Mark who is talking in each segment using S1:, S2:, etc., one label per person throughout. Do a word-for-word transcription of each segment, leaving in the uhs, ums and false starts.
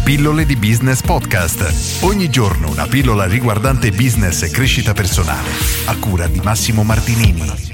S1: Pillole di Business Podcast. Ogni giorno una pillola riguardante business e crescita personale. A cura di Massimo Martinini.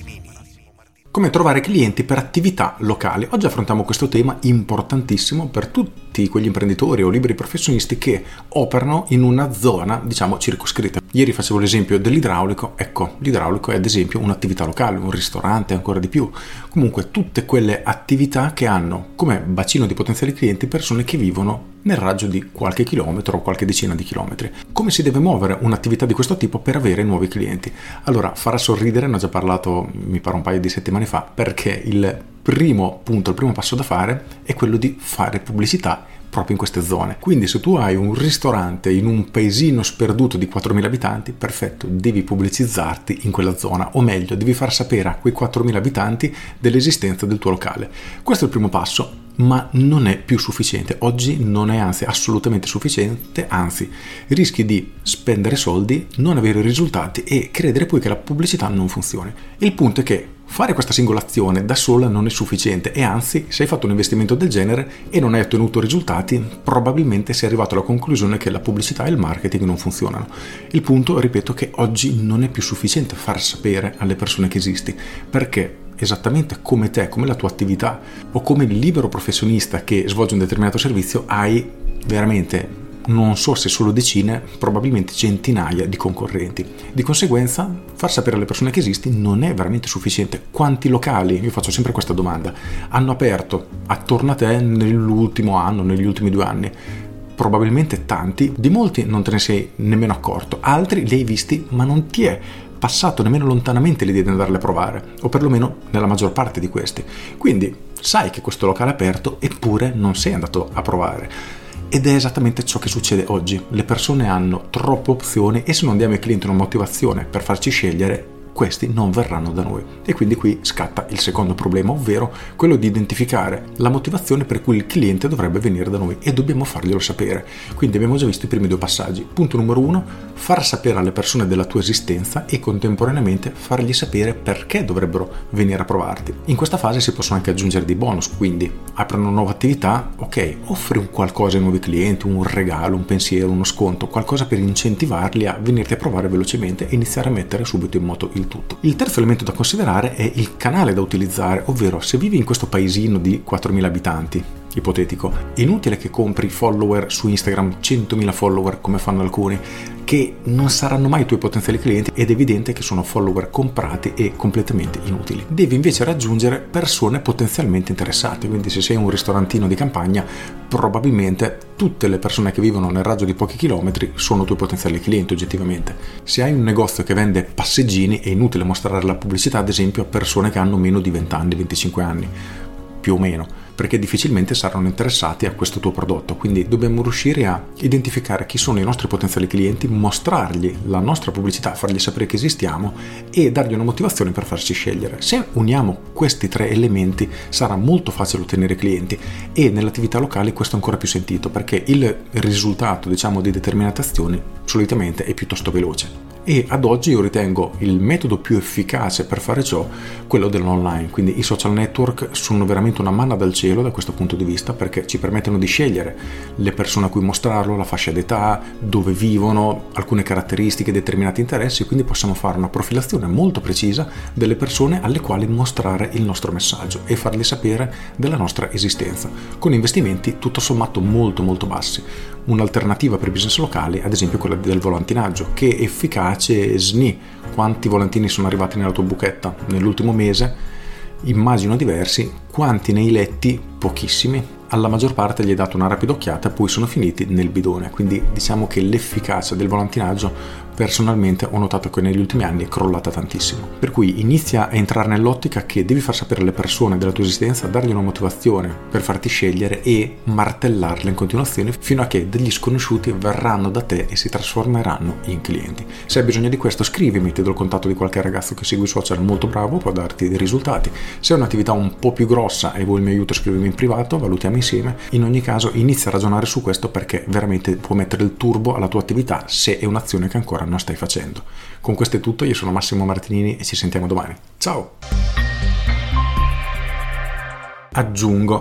S2: Come trovare clienti per attività locali. Oggi affrontiamo questo tema importantissimo per tutti quegli imprenditori o liberi professionisti che operano in una zona, diciamo, circoscritta. Ieri facevo l'esempio dell'idraulico. Ecco, l'idraulico è ad esempio un'attività locale, un ristorante, ancora di più. Comunque tutte quelle attività che hanno come bacino di potenziali clienti persone che vivono nel raggio di qualche chilometro o qualche decina di chilometri. Come si deve muovere un'attività di questo tipo per avere nuovi clienti? Allora, farà sorridere, ne ho già parlato mi pare un paio di settimane fa, perché il primo punto, il primo passo da fare è quello di fare pubblicità proprio in queste zone. Quindi se tu hai un ristorante in un paesino sperduto di quattromila abitanti, perfetto, devi pubblicizzarti in quella zona, o meglio, devi far sapere a quei quattromila abitanti dell'esistenza del tuo locale. Questo è il primo passo, ma non è più sufficiente. Oggi non è anzi assolutamente sufficiente, anzi rischi di spendere soldi, non avere risultati e credere poi che la pubblicità non funzioni. Il punto è che fare questa singola azione da sola non è sufficiente e anzi, se hai fatto un investimento del genere e non hai ottenuto risultati, probabilmente sei arrivato alla conclusione che la pubblicità e il marketing non funzionano. Il punto, ripeto, che oggi non è più sufficiente far sapere alle persone che esisti, perché esattamente come te, come la tua attività o come il libero professionista che svolge un determinato servizio, hai veramente, non so se solo decine, probabilmente centinaia di concorrenti. Di conseguenza, far sapere alle persone che esisti non è veramente sufficiente. Quanti locali, io faccio sempre questa domanda, hanno aperto attorno a te nell'ultimo anno, negli ultimi due anni? Probabilmente tanti, di molti non te ne sei nemmeno accorto, altri li hai visti ma non ti è passato nemmeno lontanamente l'idea di andarle a provare, o perlomeno nella maggior parte di questi. Quindi sai che questo locale è aperto eppure non sei andato a provare. Ed è esattamente ciò che succede oggi. Le persone hanno troppe opzioni e se non diamo ai clienti una motivazione per farci scegliere, questi non verranno da noi. E quindi qui scatta il secondo problema, ovvero quello di identificare la motivazione per cui il cliente dovrebbe venire da noi e dobbiamo farglielo sapere. Quindi abbiamo già visto i primi due passaggi. Punto numero uno, far sapere alle persone della tua esistenza e contemporaneamente fargli sapere perché dovrebbero venire a provarti. In questa fase si possono anche aggiungere dei bonus, quindi aprono una nuova attività, ok, offri un qualcosa ai nuovi clienti, un regalo, un pensiero, uno sconto, qualcosa per incentivarli a venirti a provare velocemente e iniziare a mettere subito in moto il tutto. Il terzo elemento da considerare è il canale da utilizzare, ovvero se vivi in questo paesino di quattromila abitanti, ipotetico, inutile che compri follower su Instagram, centomila follower come fanno alcuni, che non saranno mai i tuoi potenziali clienti ed è evidente che sono follower comprati e completamente inutili. Devi invece raggiungere persone potenzialmente interessate, quindi se sei un ristorantino di campagna, probabilmente tutte le persone che vivono nel raggio di pochi chilometri sono tuoi potenziali clienti oggettivamente. Se hai un negozio che vende passeggini è inutile mostrare la pubblicità ad esempio a persone che hanno meno di venti anni, venticinque anni, più o meno, perché difficilmente saranno interessati a questo tuo prodotto. Quindi dobbiamo riuscire a identificare chi sono i nostri potenziali clienti, mostrargli la nostra pubblicità, fargli sapere che esistiamo e dargli una motivazione per farci scegliere. Se uniamo questi tre elementi sarà molto facile ottenere clienti e nell'attività locale questo è ancora più sentito perché il risultato, diciamo, di determinate azioni solitamente è piuttosto veloce. E ad oggi io ritengo il metodo più efficace per fare ciò quello dell'online, quindi i social network sono veramente una manna dal cielo da questo punto di vista perché ci permettono di scegliere le persone a cui mostrarlo, la fascia d'età, dove vivono, alcune caratteristiche, determinati interessi, quindi possiamo fare una profilazione molto precisa delle persone alle quali mostrare il nostro messaggio e fargli sapere della nostra esistenza, con investimenti tutto sommato molto molto bassi. Un'alternativa per i business locali, ad esempio quella del volantinaggio, che è efficace S N I. Quanti volantini sono arrivati nella tua buchetta nell'ultimo mese? Immagino diversi. Quanti nei letti? Pochissimi. Alla maggior parte gli hai dato una rapida occhiata e poi sono finiti nel bidone. Quindi diciamo che l'efficacia del volantinaggio personalmente ho notato che negli ultimi anni è crollata tantissimo. Per cui inizia a entrare nell'ottica che devi far sapere alle persone della tua esistenza, dargli una motivazione per farti scegliere e martellarle in continuazione fino a che degli sconosciuti verranno da te e si trasformeranno in clienti. Se hai bisogno di questo scrivimi, ti do il contatto di qualche ragazzo che segue i social molto bravo, può darti dei risultati. Se è un'attività un po' più grossa e vuoi il mio aiuto, scrivimi in privato, valutiamo insieme. In ogni caso inizia a ragionare su questo perché veramente può mettere il turbo alla tua attività se è un'azione che ancora non stai facendo. Con questo è tutto, io sono Massimo Martinini e ci sentiamo domani. Ciao! Aggiungo,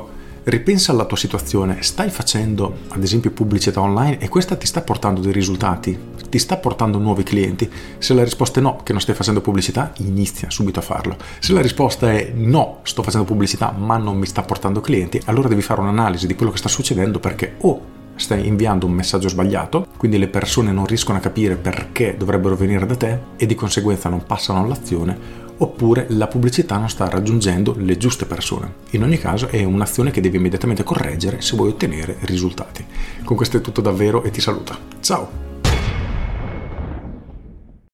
S2: Ripensa alla tua situazione, stai facendo ad esempio pubblicità online e questa ti sta portando dei risultati, ti sta portando nuovi clienti? Se la risposta è no, che non stai facendo pubblicità, inizia subito a farlo. Se la risposta è no, sto facendo pubblicità ma non mi sta portando clienti, allora devi fare un'analisi di quello che sta succedendo, perché o stai inviando un messaggio sbagliato, quindi le persone non riescono a capire perché dovrebbero venire da te e di conseguenza non passano all'azione, oppure la pubblicità non sta raggiungendo le giuste persone. In ogni caso è un'azione che devi immediatamente correggere se vuoi ottenere risultati. Con questo è tutto davvero e ti saluto. Ciao!